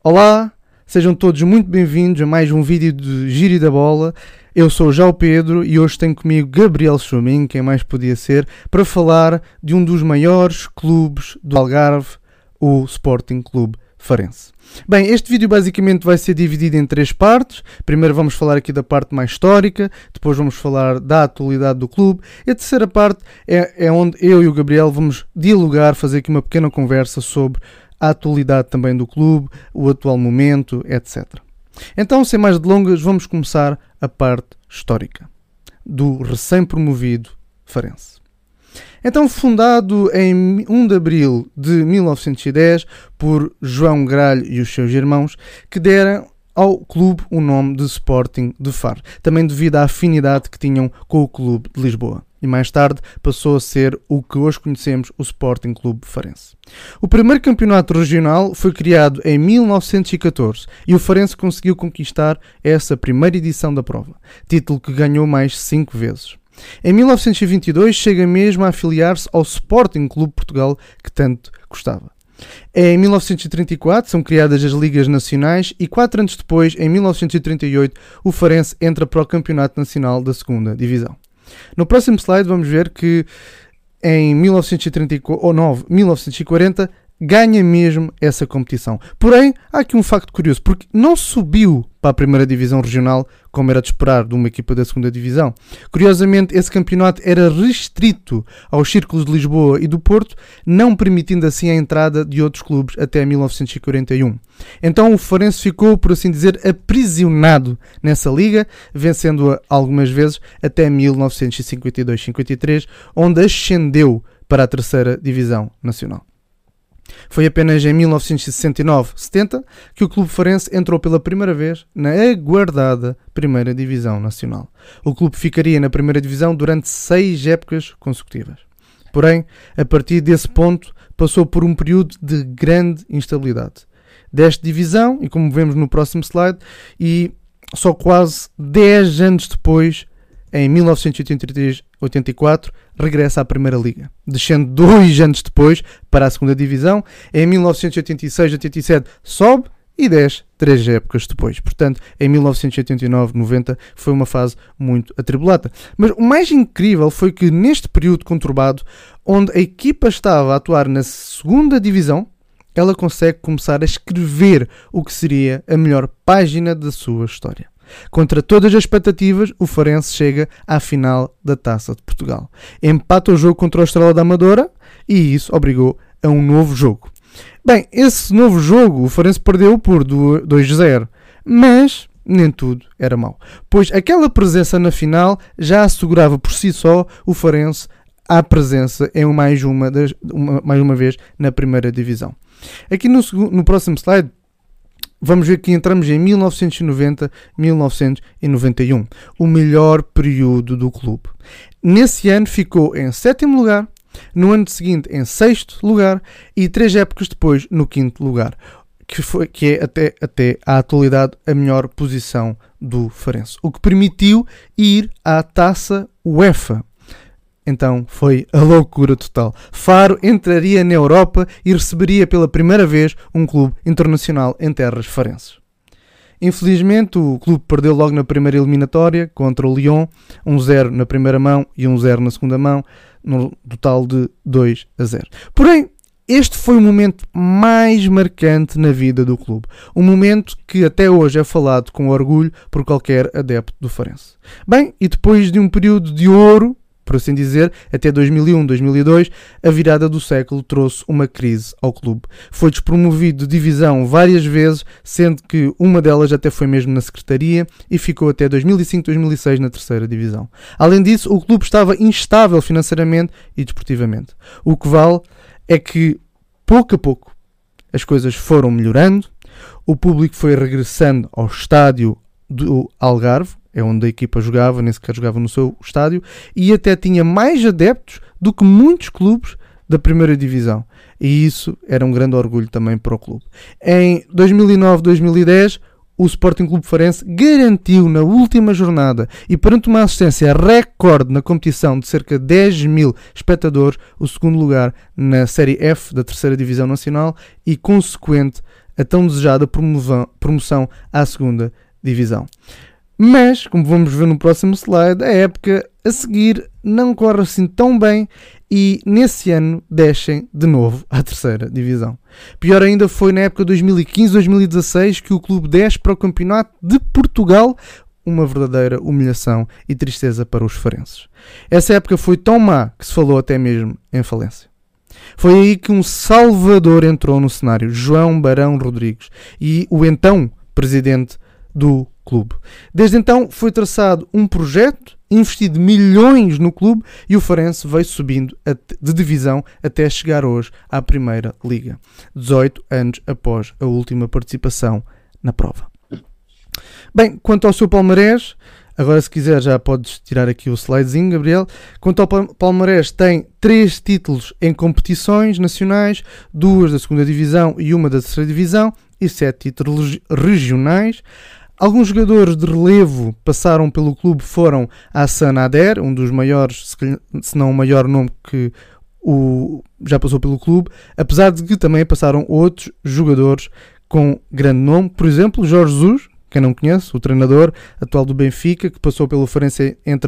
Olá, sejam todos muito bem-vindos a mais um vídeo de Giro da Bola. Eu sou já o Pedro e hoje tenho comigo Gabriel Chumin, quem mais podia ser, para falar de um dos maiores clubes do Algarve, o Sporting Clube Farense. Bem, este vídeo basicamente vai ser dividido em três partes. Primeiro vamos falar aqui da parte mais histórica, depois vamos falar da atualidade do clube e a terceira parte é onde eu e o Gabriel vamos dialogar, fazer aqui uma pequena conversa sobre a atualidade também do clube, o atual momento, etc. Então, sem mais delongas, vamos começar a parte histórica do recém-promovido Farense. Então, fundado em 1 de abril de 1910 por João Gralho e os seus irmãos, que deram ao clube o nome de Sporting de Faro, também devido à afinidade que tinham com o clube de Lisboa. E mais tarde passou a ser o que hoje conhecemos, o Sporting Clube Farense. O primeiro campeonato regional foi criado em 1914 e o Farense conseguiu conquistar essa primeira edição da prova, título que ganhou mais 5 vezes. Em 1922 chega mesmo a afiliar-se ao Sporting Clube Portugal, que tanto gostava. Em 1934 são criadas as Ligas Nacionais e 4 anos depois, em 1938, o Farense entra para o Campeonato Nacional da 2ª Divisão. No próximo slide vamos ver que em 1940 ganha mesmo essa competição. Porém, há aqui um facto curioso, porque não subiu para a primeira divisão regional, como era de esperar de uma equipa da 2ª divisão. Curiosamente, esse campeonato era restrito aos círculos de Lisboa e do Porto, não permitindo assim a entrada de outros clubes até 1941. Então o Farense ficou, por assim dizer, aprisionado nessa liga, vencendo-a algumas vezes até 1952-53, onde ascendeu para a 3ª divisão nacional. Foi apenas em 1969-70 que o Clube Farense entrou pela primeira vez na aguardada Primeira Divisão Nacional. O clube ficaria na Primeira Divisão durante 6 épocas consecutivas. Porém, a partir desse ponto, passou por um período de grande instabilidade. Desta divisão, e como vemos no próximo slide, e só quase 10 anos depois, em 1983-84, regressa à Primeira Liga, descendo 2 anos depois para a 2ª Divisão. Em 1986-87 sobe e desce 3 épocas depois. Portanto, em 1989-90 foi uma fase muito atribulada. Mas o mais incrível foi que neste período conturbado, onde a equipa estava a atuar na 2ª Divisão, ela consegue começar a escrever o que seria a melhor página da sua história. Contra todas as expectativas, o Farense chega à final da Taça de Portugal. Empata o jogo contra o Estrela da Amadora e isso obrigou a um novo jogo. Bem, esse novo jogo o Farense perdeu por 2-0, mas nem tudo era mau, pois aquela presença na final já assegurava por si só o Farense a presença em mais uma vez na Primeira Divisão. Aqui no próximo slide vamos ver que entramos em 1990-1991, o melhor período do clube. Nesse ano ficou em 7º lugar, no ano seguinte em 6º lugar e 3 épocas depois no 5º lugar, que é até à atualidade a melhor posição do Farense, o que permitiu ir à Taça UEFA. Então foi a loucura total. Faro entraria na Europa e receberia pela primeira vez um clube internacional em terras farenses. Infelizmente o clube perdeu logo na primeira eliminatória contra o Lyon, 1-0 na primeira mão e 1-0 na segunda mão, no total de 2-0. Porém, este foi o momento mais marcante na vida do clube. Um momento que até hoje é falado com orgulho por qualquer adepto do Farense. Bem, e depois de um período de ouro, por assim dizer, até 2001-2002, a virada do século trouxe uma crise ao clube. Foi despromovido de divisão várias vezes, sendo que uma delas até foi mesmo na secretaria e ficou até 2005-2006 na 3ª divisão. Além disso, o clube estava instável financeiramente e desportivamente. O que vale é que, pouco a pouco, as coisas foram melhorando, o público foi regressando ao estádio do Algarve, é onde a equipa jogava, nem sequer jogava no seu estádio, e até tinha mais adeptos do que muitos clubes da primeira divisão. E isso era um grande orgulho também para o clube. Em 2009-2010, o Sporting Clube Farense garantiu na última jornada e perante uma assistência recorde na competição de cerca de 10 mil espectadores, o segundo lugar na Série F da 3ª Divisão Nacional e consequente a tão desejada promoção à segunda divisão. Mas, como vamos ver no próximo slide, a época a seguir não corre assim tão bem e nesse ano descem de novo à terceira divisão. Pior ainda foi na época 2015-2016 que o clube desce para o Campeonato de Portugal, uma verdadeira humilhação e tristeza para os farenses. Essa época foi tão má que se falou até mesmo em falência. Foi aí que um salvador entrou no cenário, João Barão Rodrigues, e o então presidente do clube. Desde então foi traçado um projeto, investido milhões no clube e o Farense veio subindo de divisão até chegar hoje à Primeira Liga, 18 anos após a última participação na prova. Bem, quanto ao seu palmarés, agora se quiser já podes tirar aqui o slidezinho, Gabriel. Quanto ao palmarés, tem 3 títulos em competições nacionais, 2 da segunda divisão e 1 da terceira divisão e 7 títulos regionais. Alguns jogadores de relevo passaram pelo clube, foram Hassan Ader, um dos maiores, se não o maior nome que já passou pelo clube, apesar de que também passaram outros jogadores com grande nome, por exemplo, Jorge Jesus, quem não conhece, o treinador atual do Benfica, que passou pelo Farense entre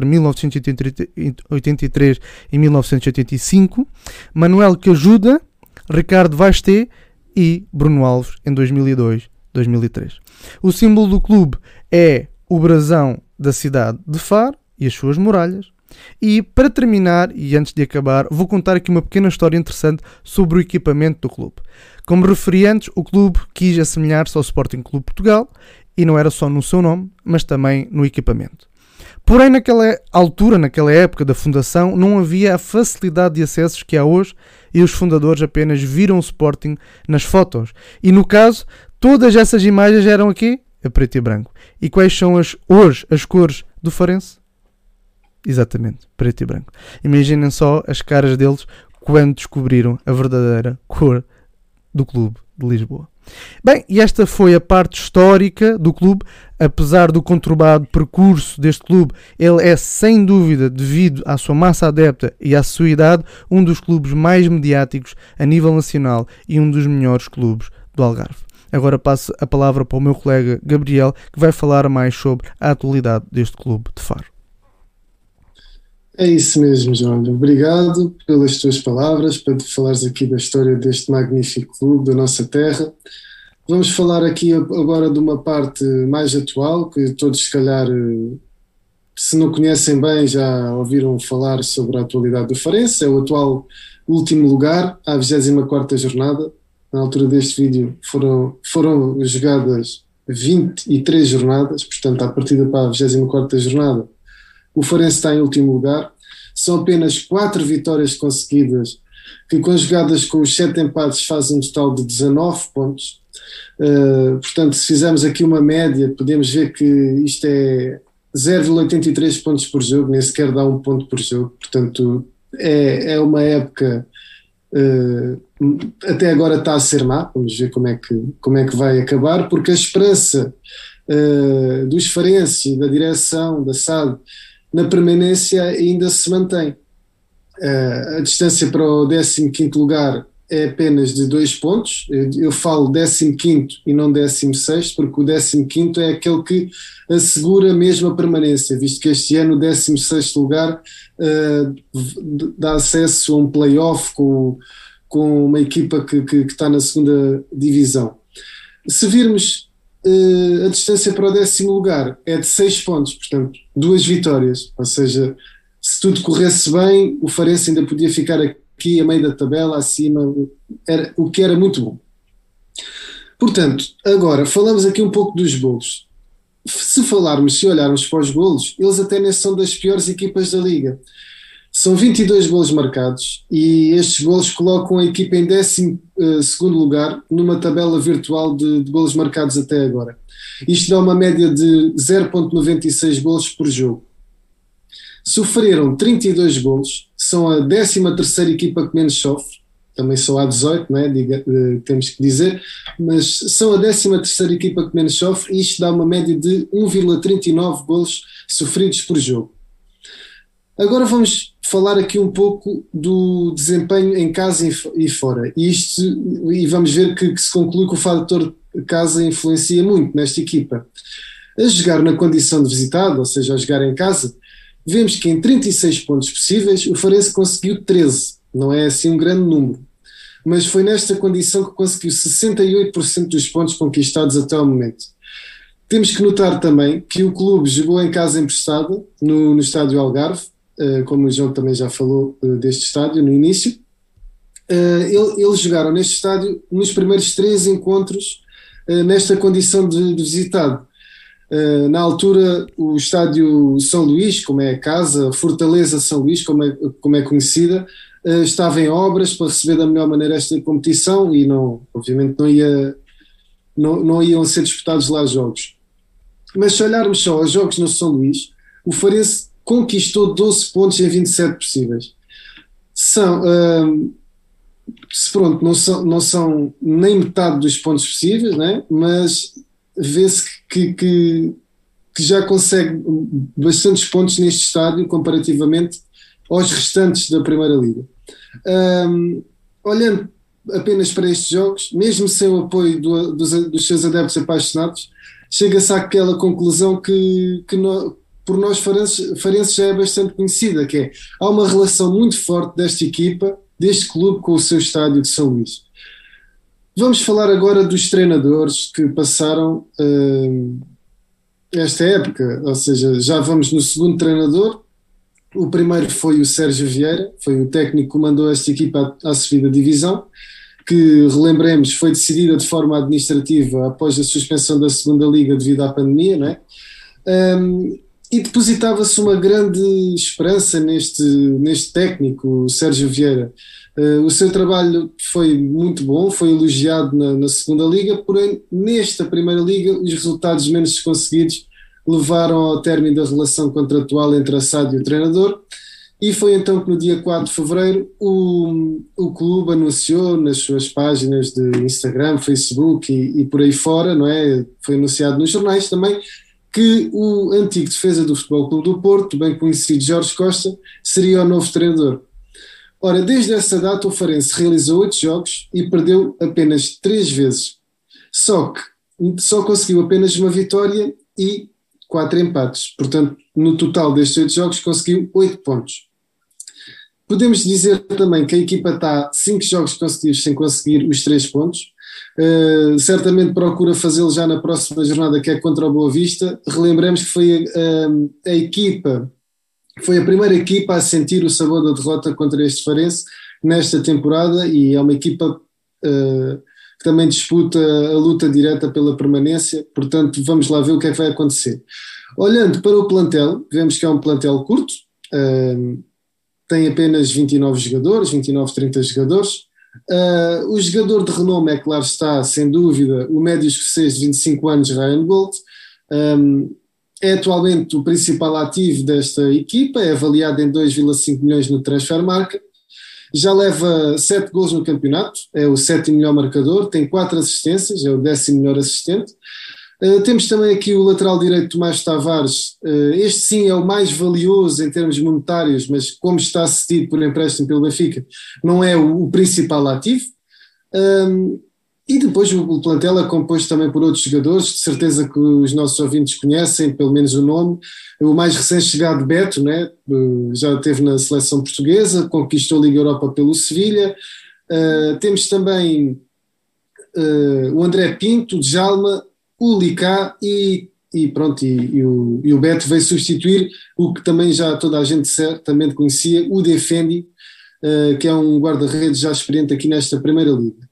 1983 e 1985, Manuel Cajuda, Ricardo Vasté e Bruno Alves em 2002-2003. O símbolo do clube é o brasão da cidade de Faro e as suas muralhas. E para terminar, e antes de acabar, vou contar aqui uma pequena história interessante sobre o equipamento do clube. Como referi antes, o clube quis assemelhar-se ao Sporting Clube Portugal, e não era só no seu nome, mas também no equipamento. Porém, naquela altura, naquela época da fundação, não havia a facilidade de acessos que há hoje e os fundadores apenas viram o Sporting nas fotos. E no caso, todas essas imagens eram aqui a preto e branco. E quais são hoje as cores do Farense? Exatamente, preto e branco. Imaginem só as caras deles quando descobriram a verdadeira cor do clube de Lisboa. Bem, e esta foi a parte histórica do clube. Apesar do conturbado percurso deste clube, ele é sem dúvida, devido à sua massa adepta e à sua idade, um dos clubes mais mediáticos a nível nacional e um dos melhores clubes do Algarve. Agora passo a palavra para o meu colega Gabriel, que vai falar mais sobre a atualidade deste clube de Faro. É isso mesmo, João. Obrigado pelas tuas palavras, para falares aqui da história deste magnífico clube da nossa terra. Vamos falar aqui agora de uma parte mais atual, que todos, se calhar, se não conhecem bem, já ouviram falar sobre a atualidade do Farense. É o atual último lugar, à 24ª jornada. Na altura deste vídeo foram jogadas 23 jornadas, portanto, à partida para a 24ª jornada, o Farense está em último lugar. São apenas 4 vitórias conseguidas, que conjugadas com os 7 empates fazem um total de 19 pontos. Portanto, se fizermos aqui uma média, podemos ver que isto é 0,83 pontos por jogo, nem sequer dá 1 ponto por jogo. Portanto, é uma época, até agora está a ser má. Vamos ver como é que vai acabar, porque a esperança dos farenses e da direção da SAD na permanência ainda se mantém. A distância para o 15º lugar é apenas de 2 pontos. Eu falo 15º e não 16º, porque o 15º é aquele que assegura mesmo a permanência, visto que este ano o 16º lugar dá acesso a um play-off com uma equipa que está na segunda divisão. Se virmos a distância para o 10º lugar é de 6 pontos, portanto 2 vitórias, ou seja, se tudo corresse bem, o Farense ainda podia ficar aqui a meio da tabela, acima, o que era muito bom. Portanto, agora falamos aqui um pouco dos golos. Se olharmos para os golos, eles até nem são das piores equipas da Liga. São 22 golos marcados e estes golos colocam a equipa em 12º lugar numa tabela virtual de golos marcados até agora. Isto dá uma média de 0,96 golos por jogo. Sofreram 32 golos, são a 13ª equipa que menos sofre, também só há 18, não é? Temos que dizer, mas são a 13ª equipa que menos sofre e isto dá uma média de 1,39 golos sofridos por jogo. Agora vamos falar aqui um pouco do desempenho em casa e fora. E vamos ver que se conclui que o fator casa influencia muito nesta equipa. A jogar na condição de visitado, ou seja, a jogar em casa, vemos que em 36 pontos possíveis o Farense conseguiu 13. Não é assim um grande número, mas foi nesta condição que conseguiu 68% dos pontos conquistados até ao momento. Temos que notar também que o clube jogou em casa emprestada no estádio Algarve, como o João também já falou deste estádio no início. Eles jogaram neste estádio nos primeiros 3 encontros nesta condição de visitado. Na altura, o estádio São Luís, como é a casa, Fortaleza São Luís, como é conhecida, estava em obras para receber da melhor maneira esta competição e obviamente não iam ser disputados lá jogos. Mas se olharmos só aos jogos no São Luís, o Farense conquistou 12 pontos em 27 possíveis. Pronto, não são nem metade dos pontos possíveis, né? Mas vê-se que já consegue bastantes pontos neste estádio comparativamente aos restantes da Primeira Liga. Olhando apenas para estes jogos, mesmo sem o apoio dos seus adeptos apaixonados, chega-se àquela conclusão que por nós farenses já é bastante conhecida, que é, há uma relação muito forte desta equipa, deste clube com o seu estádio de São Luís. Vamos falar agora dos treinadores que passaram esta época, ou seja, já vamos no segundo treinador. O primeiro foi o Sérgio Vieira, foi o técnico que comandou esta equipa à subida divisão, que, relembremos, foi decidida de forma administrativa após a suspensão da segunda liga devido à pandemia, não é? E depositava-se uma grande esperança neste técnico, o Sérgio Vieira. O seu trabalho foi muito bom, foi elogiado na segunda liga, porém nesta primeira liga os resultados menos conseguidos levaram ao término da relação contratual entre a SAD e o treinador, e foi então que no dia 4 de fevereiro o clube anunciou nas suas páginas de Instagram, Facebook e por aí fora, não é? Foi anunciado nos jornais também, que o antigo defesa do Futebol Clube do Porto, bem conhecido Jorge Costa, seria o novo treinador. Ora, desde essa data o Farense realizou 8 jogos e perdeu apenas 3 vezes. Só conseguiu apenas uma vitória e 4 empates. Portanto, no total destes 8 jogos conseguiu 8 pontos. Podemos dizer também que a equipa está 5 jogos consecutivos sem conseguir os 3 pontos. Certamente procura fazê-lo já na próxima jornada, que é contra o Boa Vista. Relembremos que foi a primeira equipa a sentir o sabor da derrota contra este Farense nesta temporada, e é uma equipa que também disputa a luta direta pela permanência. Portanto, vamos lá ver o que é que vai acontecer. Olhando para o plantel, vemos que é um plantel curto, tem apenas 29 jogadores, 29, 30 jogadores. O jogador de renome é, claro está, sem dúvida, o médio escocês de 25 anos, Ryan Bolt. É atualmente o principal ativo desta equipa, é avaliado em 2,5 milhões no Transfermarkt. Já leva 7 golos no campeonato, é o 7º melhor marcador, tem 4 assistências, é o 10º melhor assistente. Temos também aqui o lateral direito Tomás Tavares. Este sim é o mais valioso em termos monetários, mas como está cedido por empréstimo pelo Benfica, não é o principal ativo. E depois o plantel é composto também por outros jogadores, de certeza que os nossos ouvintes conhecem, pelo menos o nome. O mais recém-chegado Beto, né? Já esteve na seleção portuguesa, conquistou a Liga Europa pelo Sevilha. Temos também o André Pinto, Djalma, o Licá e o Beto veio substituir o que também já toda a gente certamente conhecia, o Defendi, que é um guarda-redes já experiente aqui nesta primeira liga.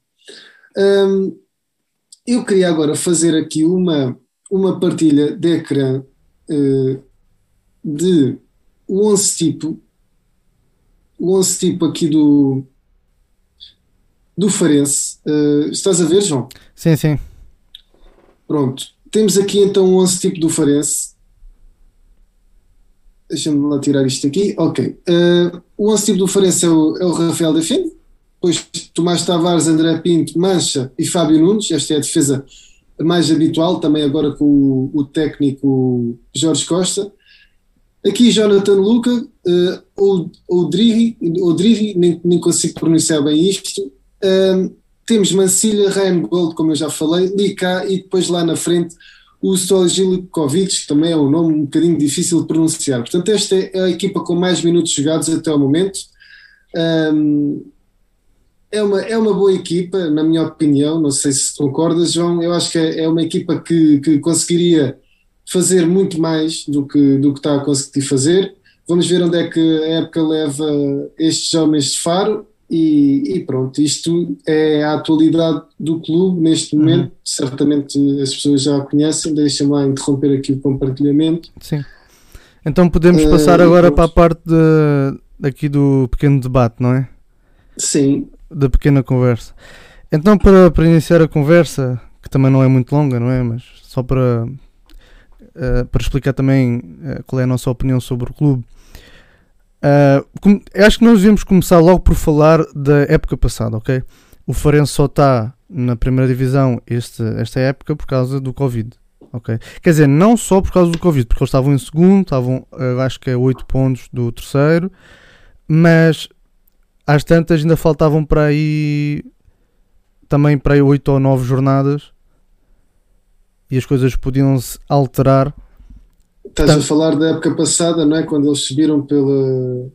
Eu queria agora fazer aqui uma partilha de ecrã de o 11 tipo aqui do Farense. Estás a ver, João? Sim, sim. Pronto, temos aqui então o 11 tipo do Farense. Deixa-me lá tirar isto aqui. Ok. O 11 tipo do Farense é o Rafael Defendi, depois Tomás Tavares, André Pinto, Mancha e Fábio Nunes. Esta é a defesa mais habitual, também agora com o técnico Jorge Costa. Aqui Jonathan Luca, Odrivi, nem consigo pronunciar bem isto. Temos Mancilha, Ryan Gold, como eu já falei, Lika, e depois lá na frente o Stojiljkovic, que também é um nome um bocadinho difícil de pronunciar. Portanto, esta é a equipa com mais minutos jogados até ao momento. É uma boa equipa, na minha opinião. Não sei se concordas, João. Eu acho que é uma equipa que conseguiria fazer muito mais do que está a conseguir fazer. Vamos ver onde é que a época leva estes homens de Faro. E pronto, isto é a atualidade do clube neste momento. Certamente as pessoas já a conhecem. Deixa-me lá interromper aqui o compartilhamento. Sim. Então podemos passar agora para a parte aqui do pequeno debate, não é? Sim. Da pequena conversa. Então, para iniciar a conversa, que também não é muito longa, não é? Mas só para explicar também qual é a nossa opinião sobre o clube. Acho que nós devemos começar logo por falar da época passada, ok? O Farense só está na primeira divisão esta época por causa do Covid, ok? Quer dizer, não só por causa do Covid, porque eles estavam em segundo, estavam, acho que é 8 pontos do terceiro, mas às tantas ainda faltavam para aí 8 ou 9 jornadas e as coisas podiam-se alterar. Estás a falar da época passada, não é? Quando eles subiram pela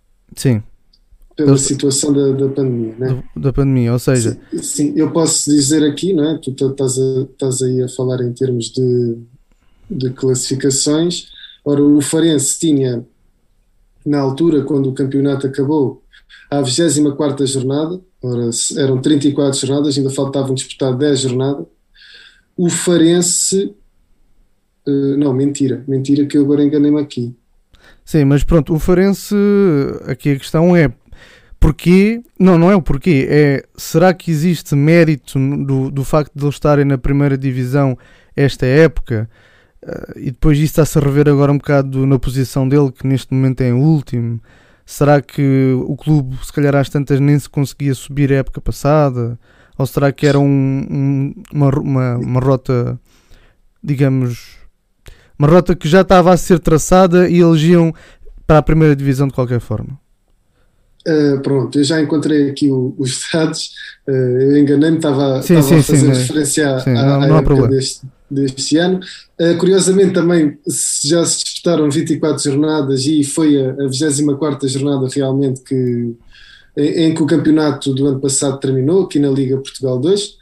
situação da pandemia, não é? Da pandemia, ou seja... Sim, eu posso dizer aqui, não é? Tu estás aí a falar em termos de classificações. Ora, o Farense tinha, na altura, quando o campeonato acabou, a 24ª jornada. Ora, eram 34 jornadas, ainda faltavam disputar 10 jornadas. O Farense... não, mentira, que eu agora enganei-me aqui. Sim, mas pronto, o Farense, aqui a questão é porquê, não é o porquê, é será que existe mérito do facto de eles estarem na primeira divisão esta época, e depois isso está-se a rever agora um bocado na posição dele, que neste momento é em último. Será que o clube, se calhar às tantas, nem se conseguia subir a época passada? Ou será que era uma rota, digamos... Uma rota que já estava a ser traçada e eles iam para a primeira divisão de qualquer forma? Pronto, eu já encontrei aqui os dados. Eu enganei-me, estava a fazer referência à época deste ano. Curiosamente também já se disputaram 24 jornadas e foi a 24ª jornada realmente em que o campeonato do ano passado terminou, aqui na Liga Portugal 2.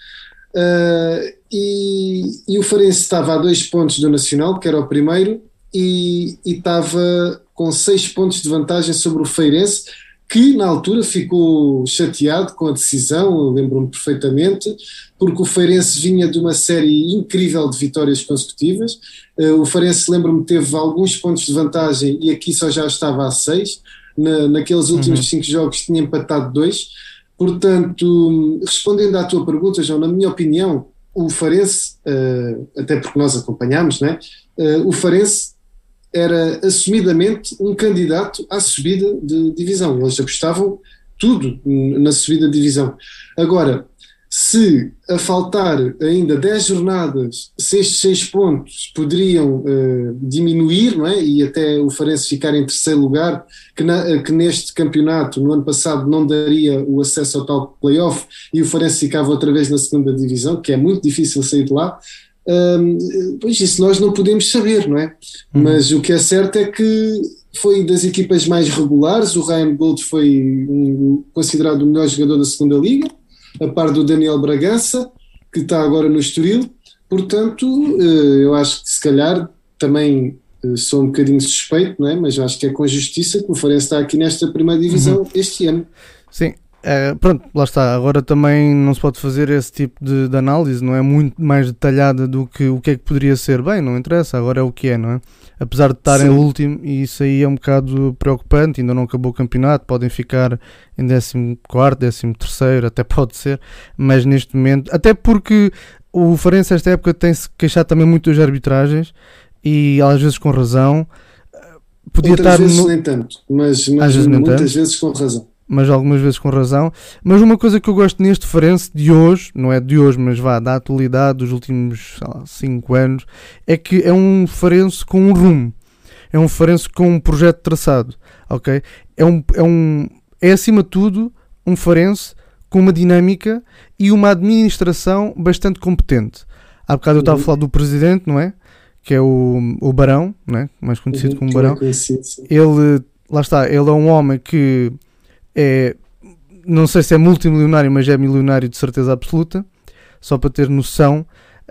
E o Farense estava a 2 pontos do Nacional, que era o primeiro, e estava com 6 pontos de vantagem sobre o Feirense, que na altura ficou chateado com a decisão. Eu lembro-me perfeitamente, porque o Feirense vinha de uma série incrível de vitórias consecutivas. O Feirense, lembro-me, teve alguns pontos de vantagem e aqui só já estava a 6. Naqueles últimos 5 jogos tinha empatado 2. Portanto, respondendo à tua pergunta, João, na minha opinião, o Farense, até porque nós acompanhámos, né? O Farense era assumidamente um candidato à subida de divisão. Eles apostavam tudo na subida de divisão. Agora, se a faltar ainda 10 jornadas, se estes 6 pontos poderiam diminuir, não é? E até o Farense ficar em terceiro lugar, que neste campeonato, no ano passado, não daria o acesso ao tal play-off e o Farense ficava outra vez na segunda divisão, que é muito difícil sair de lá. Pois isso nós não podemos saber, não é? Mas o que é certo é que foi das equipas mais regulares. O Ryan Gold foi considerado o melhor jogador da segunda liga, a par do Daniel Bragança, que está agora no Estoril. Portanto, eu acho que se calhar também sou um bocadinho suspeito, não é? Mas eu acho que é com justiça que o Farense está aqui nesta primeira divisão este ano. Sim. Pronto, lá está. Agora também não se pode fazer esse tipo de análise, não é muito mais detalhada do que o que é que poderia ser. Bem, não interessa, agora é o que é, não é? Apesar de estar em último, e isso aí é um bocado preocupante, ainda não acabou o campeonato, podem ficar em 14º, 13º, até pode ser, mas neste momento, até porque o Farense esta época tem-se queixado também muito das arbitragens, e às vezes com razão. Podia Outras estar vezes nem tanto, mas muitas vezes com razão. Mas algumas vezes com razão. Mas uma coisa que eu gosto neste Farense de hoje, não é de hoje, mas da atualidade dos últimos 5 anos, é que é um Farense com um rumo. é um Farense com um projeto traçado, ok? É acima de tudo um Farense com uma dinâmica e uma administração bastante competente. Há bocado eu estava a falar do presidente, não é? Que é o Barão, não é? Mais conhecido como Barão. Ele, lá está, ele é um homem que é, não sei se é multimilionário, mas é milionário de certeza absoluta. Só para ter noção,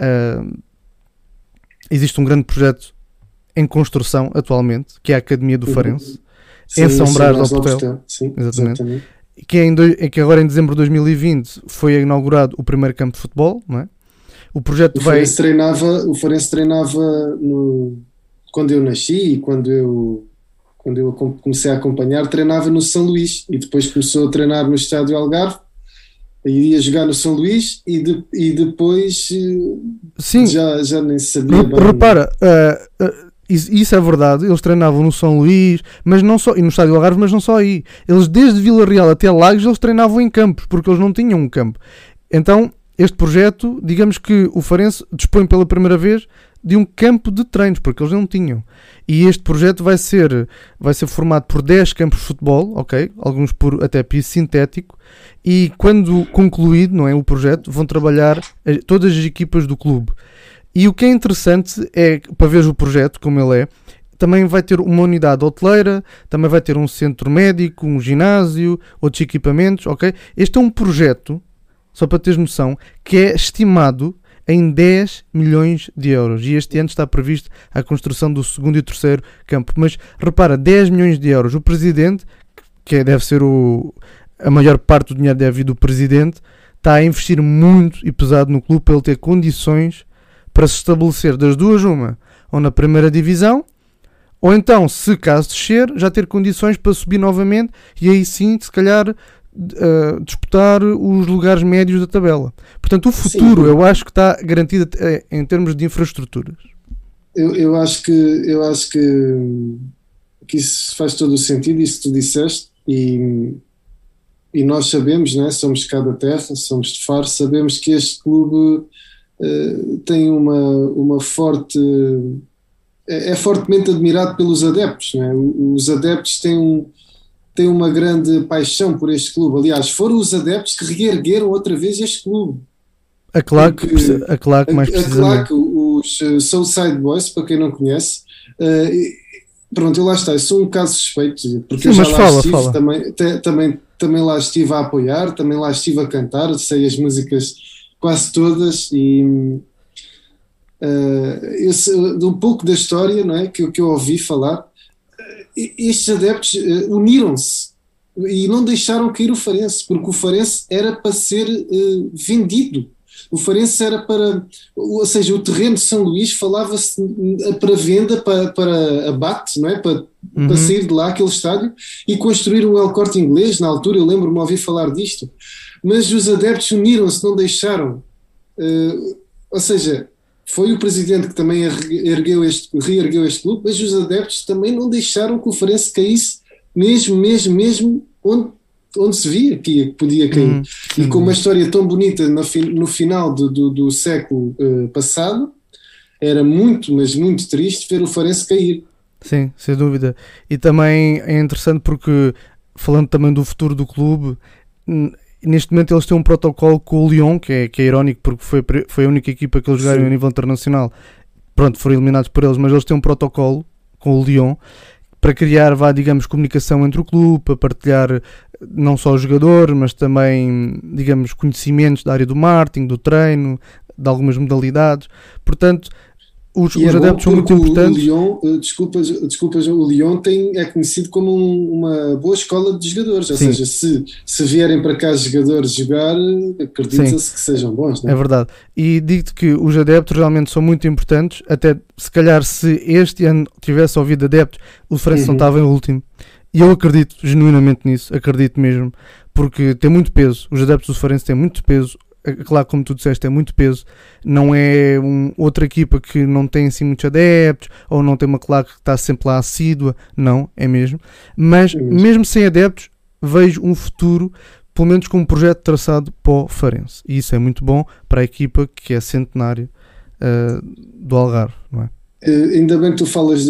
existe um grande projeto em construção atualmente, que é a Academia do Farense, em São Brás do Hotel. Exatamente. Que agora em dezembro de 2020 foi inaugurado o primeiro campo de futebol, não é? O projeto o Farense treinava quando eu nasci e quando eu comecei a acompanhar, treinava no São Luís e depois começou a treinar no Estádio Algarve. Iria jogar no São Luís e depois sim, já nem sabia bem. Repara, isso é verdade, eles treinavam no São Luís, mas não só, e no Estádio Algarve, mas não só aí. Eles desde Vila Real até Lagos eles treinavam em campos, porque eles não tinham um campo. Então este projeto, digamos que o Farense dispõe pela primeira vez de um campo de treinos, porque eles não tinham. E este projeto vai ser formado por 10 campos de futebol, ok? Alguns por até piso sintético, e quando concluído, não é, o projeto, vão trabalhar todas as equipas do clube. E o que é interessante é, para ver o projeto como ele é, também vai ter uma unidade hoteleira, também vai ter um centro médico, um ginásio, outros equipamentos, ok? Este é um projeto, só para teres noção, que é estimado em 10 milhões de euros. E este ano está previsto a construção do segundo e o terceiro campo. Mas repara, 10 milhões de euros. O presidente, que deve ser a maior parte do dinheiro deve vir do presidente, está a investir muito e pesado no clube para ele ter condições para se estabelecer das duas uma, ou na primeira divisão, ou então, se caso descer, já ter condições para subir novamente e aí sim, se calhar, disputar os lugares médios da tabela. Portanto, o futuro, sim, eu acho que está garantido em termos de infraestruturas. Eu acho que isso faz todo o sentido, isso que tu disseste, e nós sabemos, né, somos de cá da terra, somos de Faro, sabemos que este clube tem uma forte... é fortemente admirado pelos adeptos, né? Os adeptos têm uma grande paixão por este clube. Aliás, foram os adeptos que reergueram outra vez este clube. A Claque, mais precisamente. A Claque, os Southside Boys, para quem não conhece. Pronto, eu lá está, eu sou um caso suspeito, porque eu já lá estive, também lá estive a apoiar, também lá estive a cantar, sei as músicas quase todas e um pouco da história, não é, que eu ouvi falar. Estes adeptos uniram-se e não deixaram cair o Farense, porque o Farense era para ser vendido. O Farense era para... Ou seja, o terreno de São Luís falava-se para venda, para abate, não é? Para sair de lá, aquele estádio, e construir um El Corte Inglês. Na altura, eu lembro-me de ouvir falar disto. Mas os adeptos uniram-se, não deixaram. Ou seja... Foi o presidente que também reergueu este clube, mas os adeptos também não deixaram que o Farense caísse, mesmo onde se via que podia cair. E com uma história tão bonita no final do século passado, era muito, mas muito triste ver o Farense cair. Sim, sem dúvida. E também é interessante porque, falando também do futuro do clube, neste momento eles têm um protocolo com o Lyon, que é irónico porque foi a única equipa que eles jogaram a nível internacional. Pronto, foram eliminados por eles, mas eles têm um protocolo com o Lyon para criar, digamos, comunicação entre o clube, para partilhar não só o jogador, mas também, digamos, conhecimentos da área do marketing, do treino, de algumas modalidades. Portanto, os adeptos são muito importantes. O Lyon, desculpas, o Lyon é conhecido como uma boa escola de jogadores, ou seja, se vierem para cá jogadores jogar, acredita-se que sejam bons, não é? É verdade, e digo-te que os adeptos realmente são muito importantes, até se calhar se este ano tivesse ouvido adeptos, o Farense não estava em último, e eu acredito genuinamente nisso, acredito mesmo, porque tem muito peso, os adeptos do Farense têm muito peso. Claro, como tu disseste, é muito peso, não é outra equipa que não tem assim muitos adeptos, ou não tem uma claque que está sempre lá assídua, não, é mesmo, mas mesmo sem adeptos vejo um futuro, pelo menos com um projeto traçado para o Farense, e isso é muito bom para a equipa que é centenária do Algarve, não é? Ainda bem que tu falas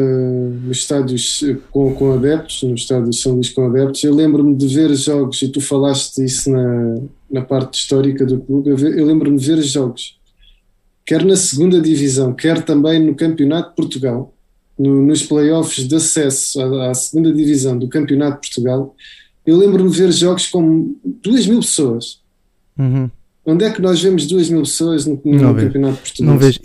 nos estádios com adeptos, no estádio de São Luís com adeptos. Eu lembro-me de ver jogos, e tu falaste isso na parte histórica do clube. Eu lembro-me de ver jogos, quer na segunda divisão, quer também no Campeonato de Portugal, nos playoffs de acesso à segunda divisão do Campeonato de Portugal. Eu lembro-me de ver jogos com 2.000 pessoas. Uhum. Onde é que nós vemos 2.000 pessoas no Campeonato Português? Não vejo.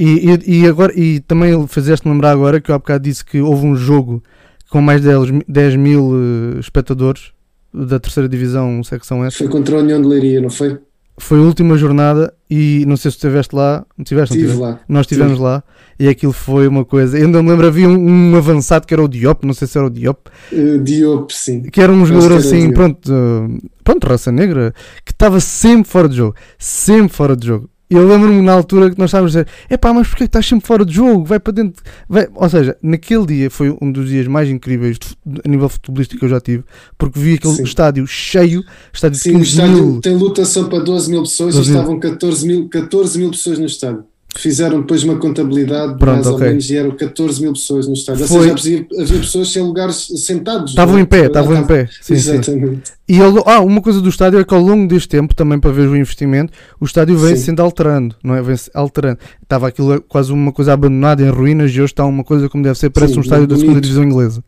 E também fizeste-me lembrar agora que eu há bocado disse que houve um jogo com mais de 10 mil espectadores da terceira divisão, secção S. Foi contra a União de Leiria, não foi? Foi a última jornada e não sei se tu estiveste lá. Estive lá. Nós estivemos lá e aquilo foi uma coisa. Eu ainda me lembro, havia um avançado que era o Diop, não sei se era o Diop. Diop, sim. Que era um jogador assim, pronto, raça negra, que estava sempre fora de jogo. Sempre fora de jogo. E eu lembro-me na altura que nós estávamos a dizer: epá, mas porquê que estás sempre fora de jogo? Vai para dentro. Vai. Ou seja, naquele dia foi um dos dias mais incríveis a nível futebolístico que eu já tive, porque vi aquele estádio cheio, estádio de 15 o estádio mil. Tem lotação para 12 mil pessoas e estavam 14 mil pessoas no estádio. Fizeram depois uma contabilidade, mais ou menos, e eram 14 mil pessoas no estádio. Ou seja, havia pessoas sem lugares sentados. Estavam em pé. Sim, exatamente. Sim. E uma coisa do estádio é que ao longo deste tempo, também para ver o investimento, o estádio vem sendo alterando, não é? Vem-se alterando. Estava aquilo quase uma coisa abandonada, em ruínas, e hoje está uma coisa como deve ser, parece um estádio da segunda divisão inglesa.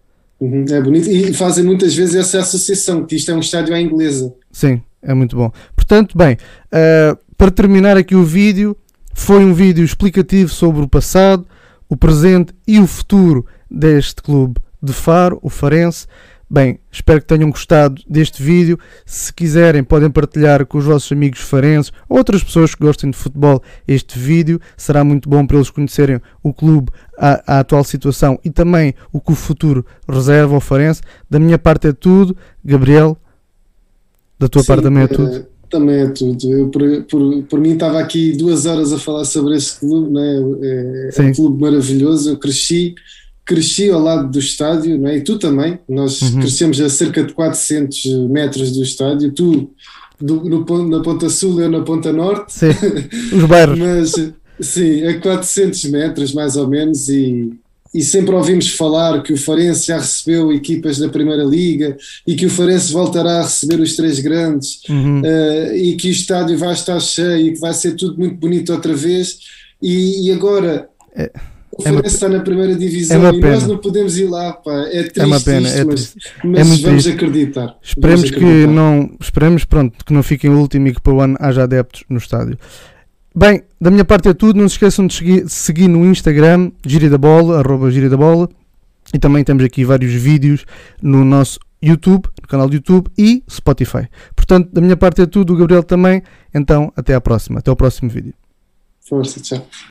É bonito. E fazem muitas vezes essa associação, que isto é um estádio à inglesa. Sim, é muito bom. Portanto, bem, para terminar aqui o vídeo, foi um vídeo explicativo sobre o passado, o presente e o futuro deste clube de Faro, o Farense. Bem, espero que tenham gostado deste vídeo. Se quiserem, podem partilhar com os vossos amigos farenses ou outras pessoas que gostem de futebol este vídeo. Será muito bom para eles conhecerem o clube, a atual situação e também o que o futuro reserva ao Farense. Da minha parte é tudo. Gabriel, da tua parte também é tudo? Também é tudo. Eu, por mim, estava aqui 2 horas a falar sobre este clube, não é? É um clube maravilhoso. Eu cresci ao lado do estádio, não é? E tu também. Nós crescemos a cerca de 400 metros do estádio. Tu na ponta sul, eu na ponta norte. Sim, os bairros. Mas, sim, a 400 metros mais ou menos, e sempre ouvimos falar que o Farense já recebeu equipas da Primeira Liga e que o Farense voltará a receber os 3 grandes, e que o estádio vai estar cheio e que vai ser tudo muito bonito outra vez, e agora o Farense está na Primeira Divisão e nós não podemos ir lá, pá. É triste, uma pena, mas vamos triste. Acreditar. Esperemos que não fiquem o último e que para o ano haja adeptos no estádio. Bem, da minha parte é tudo. Não se esqueçam de seguir no Instagram, @giridabola, e também temos aqui vários vídeos no nosso YouTube, no canal do YouTube e Spotify. Portanto, da minha parte é tudo, o Gabriel também. Então, até à próxima, até ao próximo vídeo. Força, tchau.